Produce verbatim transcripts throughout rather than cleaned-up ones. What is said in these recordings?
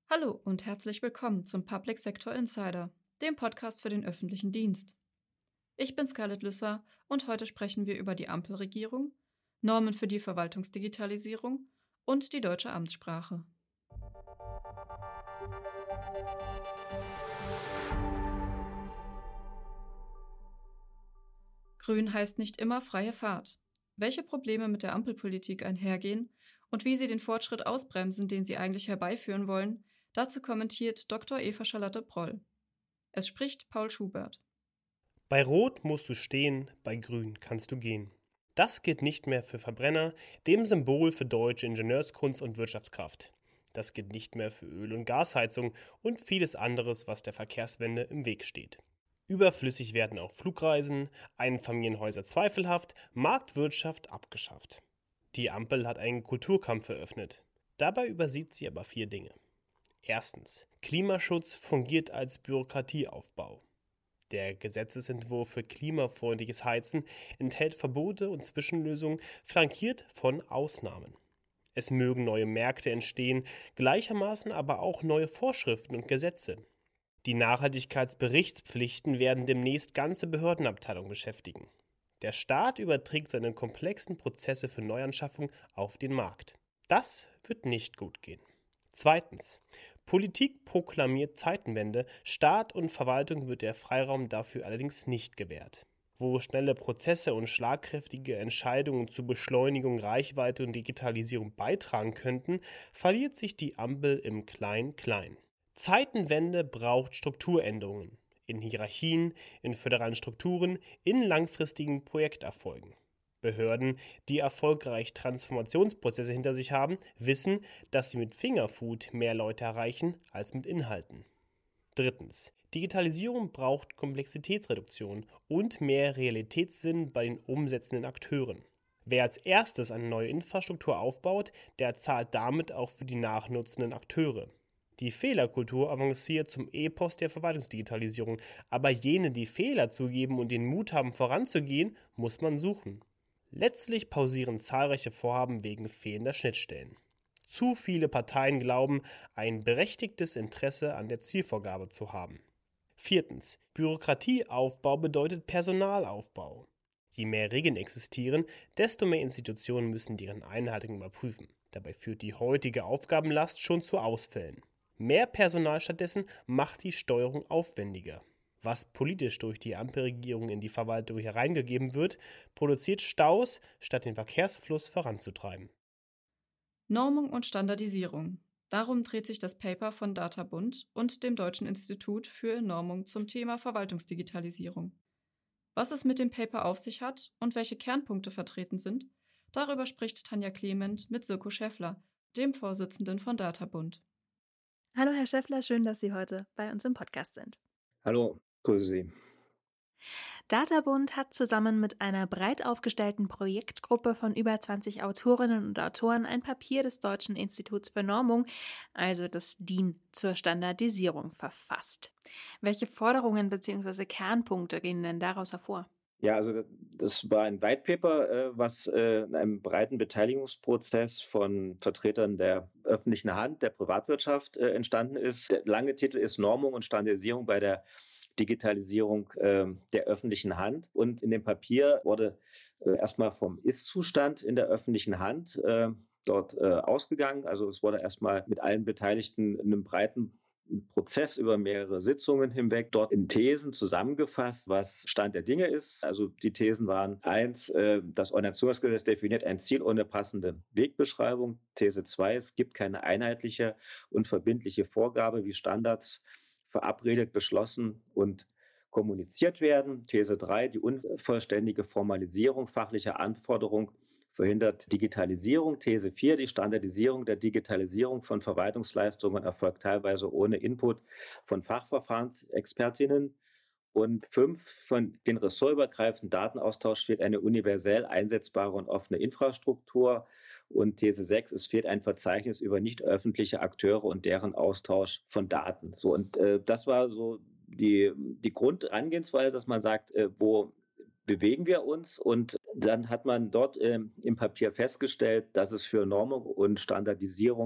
Hallo und herzlich willkommen zum Public Sector Insider, dem Podcast für den öffentlichen Dienst. Ich bin Scarlett Lüsser und heute sprechen wir über die Ampelregierung, Normen für die Verwaltungsdigitalisierung und die deutsche Amtssprache. Grün heißt nicht immer freie Fahrt. Welche Probleme mit der Ampelpolitik einhergehen und wie sie den Fortschritt ausbremsen, den sie eigentlich herbeiführen wollen, dazu kommentiert Doktor Eva Charlotte Broll. Es spricht Paul Schubert. Bei Rot musst du stehen, bei Grün kannst du gehen. Das gilt nicht mehr für Verbrenner, dem Symbol für deutsche Ingenieurskunst und Wirtschaftskraft. Das gilt nicht mehr für Öl- und Gasheizung und vieles anderes, was der Verkehrswende im Weg steht. Überflüssig werden auch Flugreisen, Einfamilienhäuser zweifelhaft, Marktwirtschaft abgeschafft. Die Ampel hat einen Kulturkampf eröffnet. Dabei übersieht sie aber vier Dinge. Erstens: Klimaschutz fungiert als Bürokratieaufbau. Der Gesetzesentwurf für klimafreundliches Heizen enthält Verbote und Zwischenlösungen, flankiert von Ausnahmen. Es mögen neue Märkte entstehen, gleichermaßen aber auch neue Vorschriften und Gesetze. Die Nachhaltigkeitsberichtspflichten werden demnächst ganze Behördenabteilungen beschäftigen. Der Staat überträgt seine komplexen Prozesse für Neuanschaffung auf den Markt. Das wird nicht gut gehen. Zweitens: Politik proklamiert Zeitenwende, Staat und Verwaltung wird der Freiraum dafür allerdings nicht gewährt. Wo schnelle Prozesse und schlagkräftige Entscheidungen zur Beschleunigung, Reichweite und Digitalisierung beitragen könnten, verliert sich die Ampel im Klein-Klein. Zeitenwende braucht Strukturänderungen in Hierarchien, in föderalen Strukturen, in langfristigen Projekterfolgen. Behörden, die erfolgreich Transformationsprozesse hinter sich haben, wissen, dass sie mit Fingerfood mehr Leute erreichen als mit Inhalten. Drittens: Digitalisierung braucht Komplexitätsreduktion und mehr Realitätssinn bei den umsetzenden Akteuren. Wer als erstes eine neue Infrastruktur aufbaut, der zahlt damit auch für die nachnutzenden Akteure. Die Fehlerkultur avanciert zum Epos der Verwaltungsdigitalisierung, aber jene, die Fehler zugeben und den Mut haben, voranzugehen, muss man suchen. Letztlich pausieren zahlreiche Vorhaben wegen fehlender Schnittstellen. Zu viele Parteien glauben, ein berechtigtes Interesse an der Zielvorgabe zu haben. Viertens: Bürokratieaufbau bedeutet Personalaufbau. Je mehr Regeln existieren, desto mehr Institutionen müssen deren Einhaltung überprüfen. Dabei führt die heutige Aufgabenlast schon zu Ausfällen. Mehr Personal stattdessen macht die Steuerung aufwendiger. Was politisch durch die Ampelregierung in die Verwaltung hereingegeben wird, produziert Staus, statt den Verkehrsfluss voranzutreiben. Normung und Standardisierung. Darum dreht sich das Paper von DataBund und dem Deutschen Institut für Normung zum Thema Verwaltungsdigitalisierung. Was es mit dem Paper auf sich hat und welche Kernpunkte vertreten sind, darüber spricht Tanja Clement mit Sirko Schäffler, dem Vorsitzenden von DataBund. Hallo Herr Schäffler, schön, dass Sie heute bei uns im Podcast sind. Hallo, grüße Sie. DataBund hat zusammen mit einer breit aufgestellten Projektgruppe von über zwanzig Autorinnen und Autoren ein Papier des Deutschen Instituts für Normung, also das D I N, zur Standardisierung verfasst. Welche Forderungen bzw. Kernpunkte gehen denn daraus hervor? Ja, also das war ein White Paper, was in einem breiten Beteiligungsprozess von Vertretern der öffentlichen Hand, der Privatwirtschaft entstanden ist. Der lange Titel ist Normung und Standardisierung bei der Digitalisierung der öffentlichen Hand. Und in dem Papier wurde erstmal vom Ist-Zustand in der öffentlichen Hand dort ausgegangen. Also es wurde erstmal mit allen Beteiligten in einem breiten Prozess über mehrere Sitzungen hinweg dort in Thesen zusammengefasst, was Stand der Dinge ist. Also die Thesen waren: eins, das Ordnungsgesetz definiert ein Ziel ohne passende Wegbeschreibung. These zwei, es gibt keine einheitliche und verbindliche Vorgabe, wie Standards verabredet, beschlossen und kommuniziert werden. These drei, die unvollständige Formalisierung fachlicher Anforderungen verhindert Digitalisierung. These vier, die Standardisierung der Digitalisierung von Verwaltungsleistungen erfolgt teilweise ohne Input von Fachverfahrensexpertinnen. Und fünf, von den ressortübergreifenden Datenaustausch fehlt eine universell einsetzbare und offene Infrastruktur. Und These sechs, es fehlt ein Verzeichnis über nicht öffentliche Akteure und deren Austausch von Daten. So, und äh, das war so die, die Grundherangehensweise, dass man sagt, äh, wo bewegen wir uns? Und dann hat man dort äh, im Papier festgestellt, dass es für Normung und Standardisierung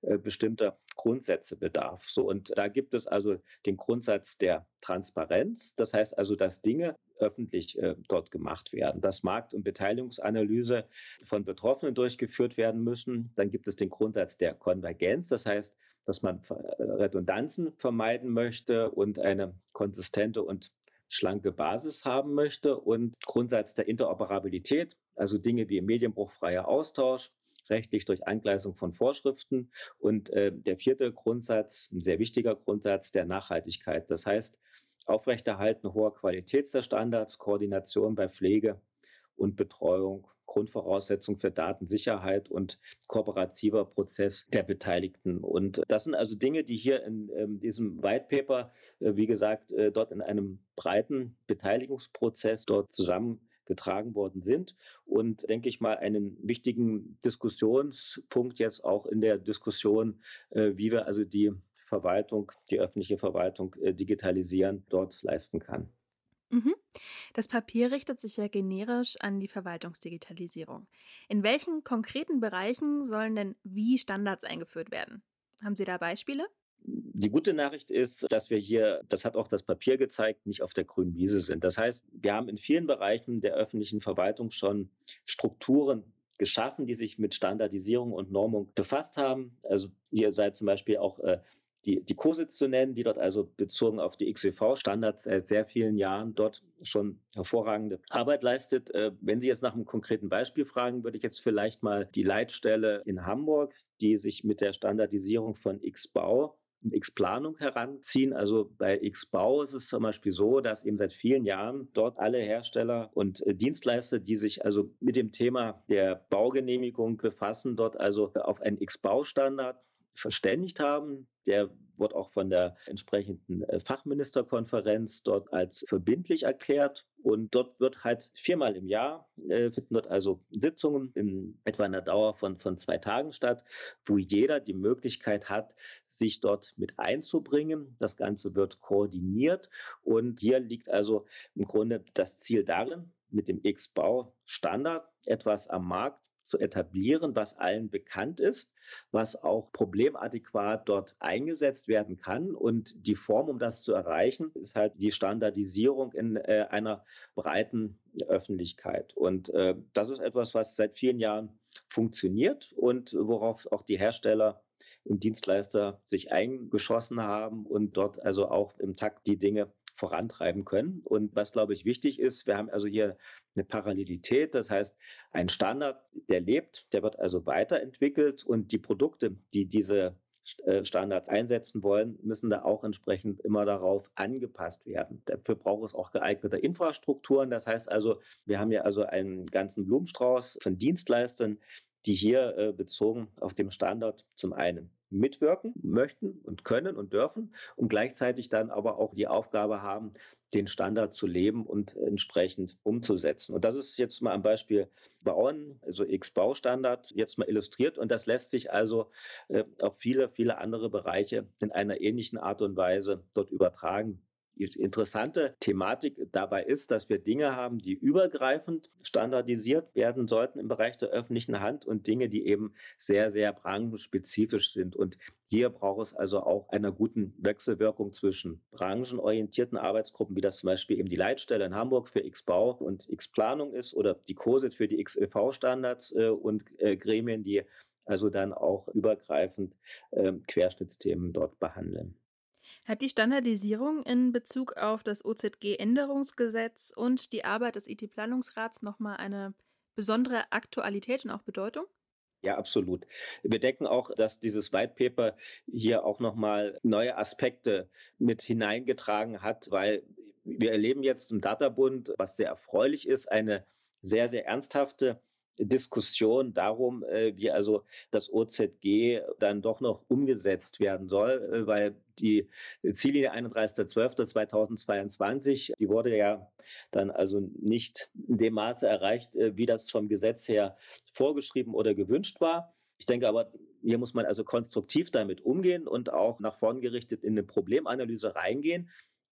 äh, bestimmter Grundsätze bedarf. So, und da gibt es also den Grundsatz der Transparenz. Das heißt also, dass Dinge öffentlich äh, dort gemacht werden, dass Markt- und Beteiligungsanalyse von Betroffenen durchgeführt werden müssen. Dann gibt es den Grundsatz der Konvergenz. Das heißt, dass man Redundanzen vermeiden möchte und eine konsistente und schlanke Basis haben möchte, und Grundsatz der Interoperabilität, also Dinge wie medienbruchfreier Austausch, rechtlich durch Angleichung von Vorschriften, und äh, der vierte Grundsatz, ein sehr wichtiger Grundsatz, der Nachhaltigkeit. Das heißt, Aufrechterhalten hoher Qualität der Standards, Koordination bei Pflege und Betreuung, Grundvoraussetzung für Datensicherheit und kooperativer Prozess der Beteiligten. Und das sind also Dinge, die hier in, in diesem White Paper, äh, wie gesagt, äh, dort in einem breiten Beteiligungsprozess dort zusammengetragen worden sind und, denke ich mal, einen wichtigen Diskussionspunkt jetzt auch in der Diskussion, äh, wie wir also die Verwaltung, die öffentliche Verwaltung äh, digitalisieren, dort leisten kann. Mhm. Das Papier richtet sich ja generisch an die Verwaltungsdigitalisierung. In welchen konkreten Bereichen sollen denn wie Standards eingeführt werden? Haben Sie da Beispiele? Die gute Nachricht ist, dass wir hier, das hat auch das Papier gezeigt, nicht auf der grünen Wiese sind. Das heißt, wir haben in vielen Bereichen der öffentlichen Verwaltung schon Strukturen geschaffen, die sich mit Standardisierung und Normung befasst haben. Also hier sei zum Beispiel auch äh, die, die C O S I T zu nennen, die dort also bezogen auf die X E V-Standards seit sehr vielen Jahren dort schon hervorragende Arbeit leistet. Äh, wenn Sie jetzt nach einem konkreten Beispiel fragen, würde ich jetzt vielleicht mal die Leitstelle in Hamburg, die sich mit der Standardisierung von X-Bau und X-Planung heranziehen. Also bei X-Bau ist es zum Beispiel so, dass eben seit vielen Jahren dort alle Hersteller und äh, Dienstleister, die sich also mit dem Thema der Baugenehmigung befassen, dort also auf einen X-Bau-Standard verständigt haben. Der wird auch von der entsprechenden äh, Fachministerkonferenz dort als verbindlich erklärt. Und dort wird halt viermal im Jahr, äh, finden dort also Sitzungen in etwa einer Dauer von, von zwei Tagen statt, wo jeder die Möglichkeit hat, sich dort mit einzubringen. Das Ganze wird koordiniert. Und hier liegt also im Grunde das Ziel darin, mit dem X-Bau-Standard etwas am Markt zu etablieren, was allen bekannt ist, was auch problemadäquat dort eingesetzt werden kann. Und die Form, um das zu erreichen, ist halt die Standardisierung in äh, einer breiten Öffentlichkeit. Und äh, das ist etwas, was seit vielen Jahren funktioniert und worauf auch die Hersteller und Dienstleister sich eingeschossen haben und dort also auch im Takt die Dinge vorantreiben können. Und was, glaube ich, wichtig ist, wir haben also hier eine Parallelität, das heißt, ein Standard, der lebt, der wird also weiterentwickelt, und die Produkte, die diese Standards einsetzen wollen, müssen da auch entsprechend immer darauf angepasst werden. Dafür braucht es auch geeignete Infrastrukturen. Das heißt also, wir haben ja also einen ganzen Blumenstrauß von Dienstleistern, die hier äh, bezogen auf dem Standard zum einen mitwirken möchten und können und dürfen und gleichzeitig dann aber auch die Aufgabe haben, den Standard zu leben und entsprechend umzusetzen. Und das ist jetzt mal am Beispiel Bauen, also X-Bau-Standard, jetzt mal illustriert. Und das lässt sich also äh, auf viele, viele andere Bereiche in einer ähnlichen Art und Weise dort übertragen. Die interessante Thematik dabei ist, dass wir Dinge haben, die übergreifend standardisiert werden sollten im Bereich der öffentlichen Hand, und Dinge, die eben sehr, sehr branchenspezifisch sind. Und hier braucht es also auch einer guten Wechselwirkung zwischen branchenorientierten Arbeitsgruppen, wie das zum Beispiel eben die Leitstelle in Hamburg für X-Bau und X-Planung ist, oder die C O S I T für die X E V-Standards äh, und äh, Gremien, die also dann auch übergreifend äh, Querschnittsthemen dort behandeln. Hat die Standardisierung in Bezug auf das O Z G-Änderungsgesetz und die Arbeit des I T-Planungsrats nochmal eine besondere Aktualität und auch Bedeutung? Ja, absolut. Wir denken auch, dass dieses White Paper hier auch nochmal neue Aspekte mit hineingetragen hat, weil wir erleben jetzt im Databund, was sehr erfreulich ist, eine sehr, sehr ernsthafte Diskussion darum, wie also das O Z G dann doch noch umgesetzt werden soll, weil die Ziellinie einunddreißigster zwölfter zweitausendzweiundzwanzig, die wurde ja dann also nicht in dem Maße erreicht, wie das vom Gesetz her vorgeschrieben oder gewünscht war. Ich denke aber, hier muss man also konstruktiv damit umgehen und auch nach vorn gerichtet in eine Problemanalyse reingehen.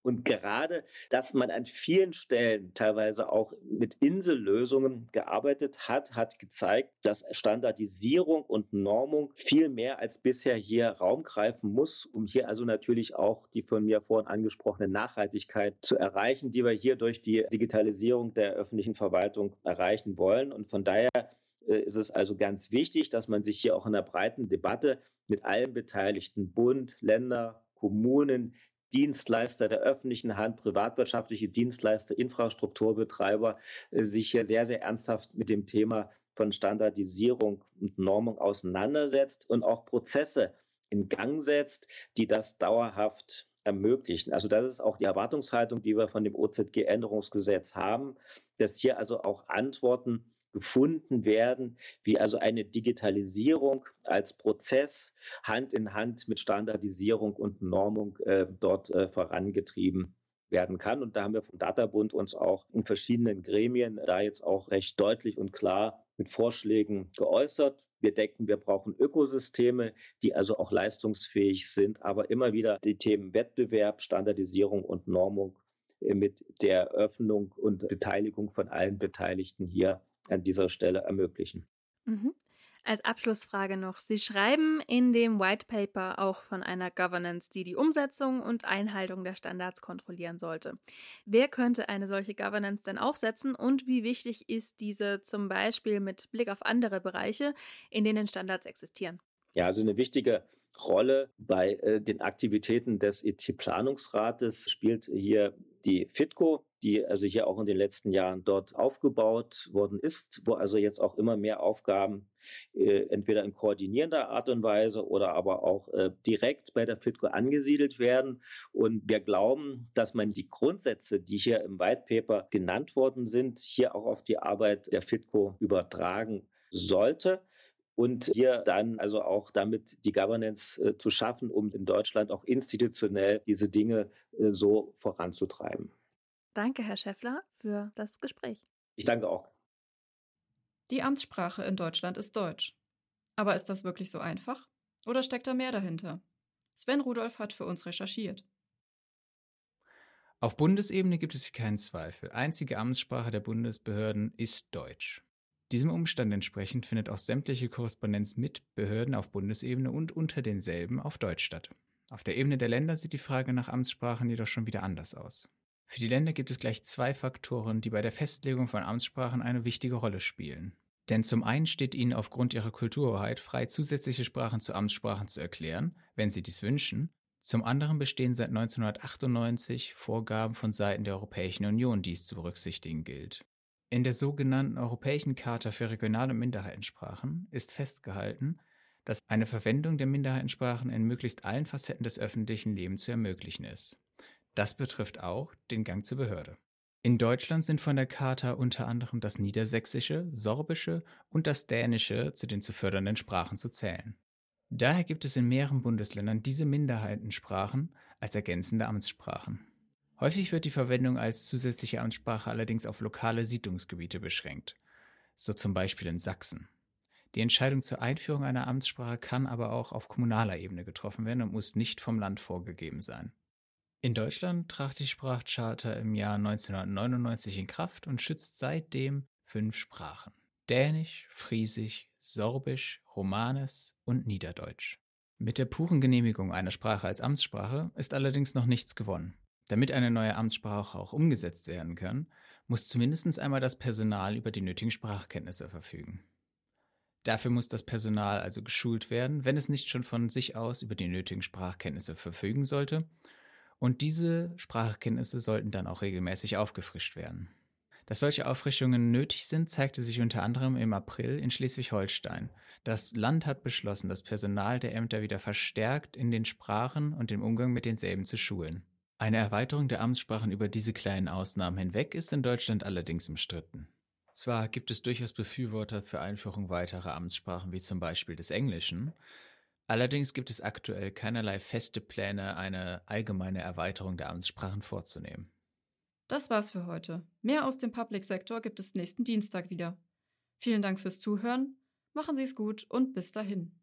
Und gerade, dass man an vielen Stellen teilweise auch mit Insellösungen gearbeitet hat, hat gezeigt, dass Standardisierung und Normung viel mehr als bisher hier Raum greifen muss, um hier also natürlich auch die von mir vorhin angesprochene Nachhaltigkeit zu erreichen, die wir hier durch die Digitalisierung der öffentlichen Verwaltung erreichen wollen. Und von daher ist es also ganz wichtig, dass man sich hier auch in einer breiten Debatte mit allen Beteiligten, Bund, Länder, Kommunen, Dienstleister der öffentlichen Hand, privatwirtschaftliche Dienstleister, Infrastrukturbetreiber, äh, sich hier sehr, sehr ernsthaft mit dem Thema von Standardisierung und Normung auseinandersetzt und auch Prozesse in Gang setzt, die das dauerhaft ermöglichen. Also das ist auch die Erwartungshaltung, die wir von dem O Z G-Änderungsgesetz haben, dass hier also auch Antworten gefunden werden, wie also eine Digitalisierung als Prozess Hand in Hand mit Standardisierung und Normung äh, dort äh, vorangetrieben werden kann. Und da haben wir vom Databund uns auch in verschiedenen Gremien da jetzt auch recht deutlich und klar mit Vorschlägen geäußert. Wir denken, wir brauchen Ökosysteme, die also auch leistungsfähig sind, aber immer wieder die Themen Wettbewerb, Standardisierung und Normung äh, mit der Öffnung und Beteiligung von allen Beteiligten hier an dieser Stelle ermöglichen. Mhm. Als Abschlussfrage noch. Sie schreiben in dem White Paper auch von einer Governance, die die Umsetzung und Einhaltung der Standards kontrollieren sollte. Wer könnte eine solche Governance denn aufsetzen und wie wichtig ist diese zum Beispiel mit Blick auf andere Bereiche, in denen Standards existieren? Ja, also eine wichtige Rolle bei äh, den Aktivitäten des I T-Planungsrates spielt hier die FITCO, die also hier auch in den letzten Jahren dort aufgebaut worden ist, wo also jetzt auch immer mehr Aufgaben äh, entweder in koordinierender Art und Weise oder aber auch äh, direkt bei der FITCO angesiedelt werden. Und wir glauben, dass man die Grundsätze, die hier im White Paper genannt worden sind, hier auch auf die Arbeit der FITCO übertragen sollte. Und hier dann also auch damit die Governance äh, zu schaffen, um in Deutschland auch institutionell diese Dinge äh, so voranzutreiben. Danke, Herr Schäffler, für das Gespräch. Ich danke auch. Die Amtssprache in Deutschland ist Deutsch. Aber ist das wirklich so einfach? Oder steckt da mehr dahinter? Sven Rudolph hat für uns recherchiert. Auf Bundesebene gibt es hier keinen Zweifel. Einzige Amtssprache der Bundesbehörden ist Deutsch. Diesem Umstand entsprechend findet auch sämtliche Korrespondenz mit Behörden auf Bundesebene und unter denselben auf Deutsch statt. Auf der Ebene der Länder sieht die Frage nach Amtssprachen jedoch schon wieder anders aus. Für die Länder gibt es gleich zwei Faktoren, die bei der Festlegung von Amtssprachen eine wichtige Rolle spielen. Denn zum einen steht ihnen aufgrund ihrer Kulturhoheit frei, zusätzliche Sprachen zu Amtssprachen zu erklären, wenn sie dies wünschen. Zum anderen bestehen seit neunzehnhundertachtundneunzig Vorgaben von Seiten der Europäischen Union, die es zu berücksichtigen gilt. In der sogenannten Europäischen Charta für Regional- und Minderheitensprachen ist festgehalten, dass eine Verwendung der Minderheitensprachen in möglichst allen Facetten des öffentlichen Lebens zu ermöglichen ist. Das betrifft auch den Gang zur Behörde. In Deutschland sind von der Charta unter anderem das Niedersächsische, Sorbische und das Dänische zu den zu fördernden Sprachen zu zählen. Daher gibt es in mehreren Bundesländern diese Minderheitensprachen als ergänzende Amtssprachen. Häufig wird die Verwendung als zusätzliche Amtssprache allerdings auf lokale Siedlungsgebiete beschränkt, so zum Beispiel in Sachsen. Die Entscheidung zur Einführung einer Amtssprache kann aber auch auf kommunaler Ebene getroffen werden und muss nicht vom Land vorgegeben sein. In Deutschland trat die Sprachcharta im Jahr neunzehnhundertneunundneunzig in Kraft und schützt seitdem fünf Sprachen: Dänisch, Friesisch, Sorbisch, Romanes und Niederdeutsch. Mit der puren Genehmigung einer Sprache als Amtssprache ist allerdings noch nichts gewonnen. Damit eine neue Amtssprache auch umgesetzt werden kann, muss zumindest einmal das Personal über die nötigen Sprachkenntnisse verfügen. Dafür muss das Personal also geschult werden, wenn es nicht schon von sich aus über die nötigen Sprachkenntnisse verfügen sollte. Und diese Sprachkenntnisse sollten dann auch regelmäßig aufgefrischt werden. Dass solche Auffrischungen nötig sind, zeigte sich unter anderem im April in Schleswig-Holstein. Das Land hat beschlossen, das Personal der Ämter wieder verstärkt in den Sprachen und im Umgang mit denselben zu schulen. Eine Erweiterung der Amtssprachen über diese kleinen Ausnahmen hinweg ist in Deutschland allerdings umstritten. Zwar gibt es durchaus Befürworter für Einführung weiterer Amtssprachen, wie zum Beispiel des Englischen, allerdings gibt es aktuell keinerlei feste Pläne, eine allgemeine Erweiterung der Amtssprachen vorzunehmen. Das war's für heute. Mehr aus dem Public Sektor gibt es nächsten Dienstag wieder. Vielen Dank fürs Zuhören, machen Sie es gut und bis dahin.